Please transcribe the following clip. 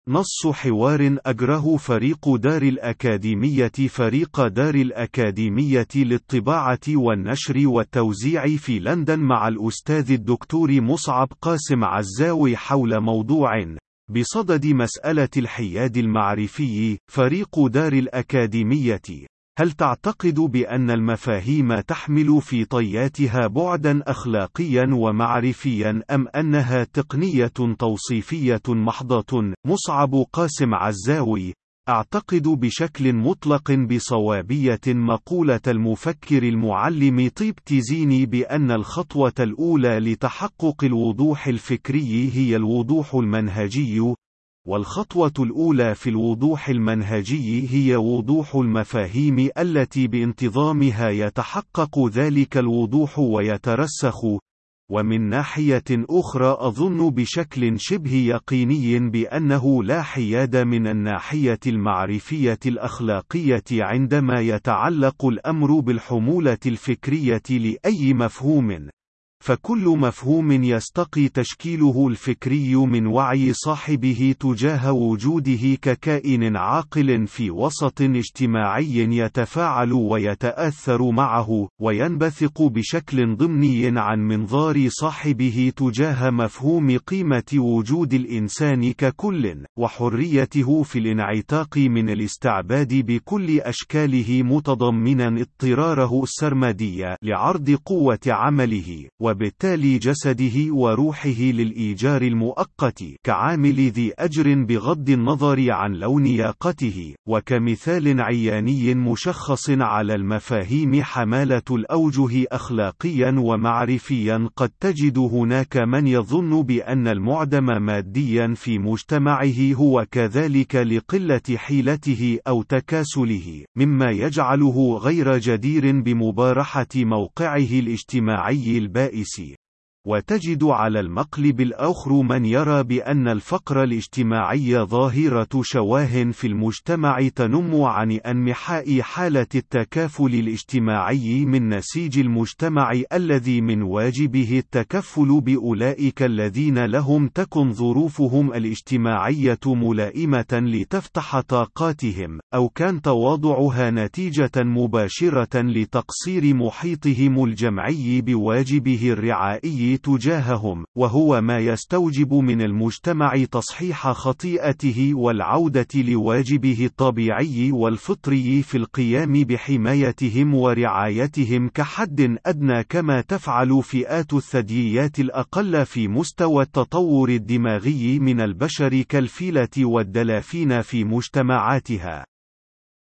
نص حوار أجره فريق دار الأكاديمية للطباعة والنشر والتوزيع في لندن مع الأستاذ الدكتور مصعب قاسم عزاوي حول موضوع بصدد مسألة الحياد المعرفي. فريق دار الأكاديمية: هل تعتقد بأن المفاهيم تحمل في طياتها بعدًا أخلاقيًا ومعرفيًا أم أنها تقنية توصيفية محضة؟ مصعب قاسم عزاوي: أعتقد بشكل مطلق بصوابية مقولة المفكر المعلم طيب تيزيني بأن الخطوة الأولى لتحقق الوضوح الفكري هي الوضوح المنهجي، والخطوة الأولى في الوضوح المنهجي هي وضوح المفاهيم التي بانتظامها يتحقق ذلك الوضوح ويترسخ. ومن ناحية أخرى أظن بشكل شبه يقيني بأنه لا حياد من الناحية المعرفية الأخلاقية عندما يتعلق الأمر بالحمولة الفكرية لأي مفهوم، فكل مفهوم يستقي تشكيله الفكري من وعي صاحبه تجاه وجوده ككائن عاقل في وسط اجتماعي يتفاعل ويتأثر معه، وينبثق بشكل ضمني عن منظار صاحبه تجاه مفهوم قيمة وجود الإنسان ككل، وحريته في الانعتاق من الاستعباد بكل أشكاله، متضمنا اضطراره السرمدي لعرض قوة عمله، وبالتالي جسده وروحه للإيجار المؤقت كعامل ذي أجر بغض النظر عن لون ياقته. وكمثال عياني مشخص على المفاهيم حمالة الأوجه أخلاقيا ومعرفيا، قد تجد هناك من يظن بأن المعدم ماديا في مجتمعه هو كذلك لقلة حيلته أو تكاسله، مما يجعله غير جدير بمبارحة موقعه الاجتماعي البائس. وتجد على المقلب الآخر من يرى بأن الفقر الاجتماعي ظاهرة شواه في المجتمع تنم عن انمحاء حالة التكافل الاجتماعي من نسيج المجتمع الذي من واجبه التكفل بأولئك الذين لهم تكن ظروفهم الاجتماعية ملائمة لتفتح طاقاتهم، أو كان تواضعها نتيجة مباشرة لتقصير محيطهم الجمعي بواجبه الرعائي تجاههم، وهو ما يستوجب من المجتمع تصحيح خطيئته والعودة لواجبه الطبيعي والفطري في القيام بحمايتهم ورعايتهم كحد أدنى، كما تفعل فئات الثدييات الأقل في مستوى التطور الدماغي من البشر كالفيلة والدلافين في مجتمعاتها.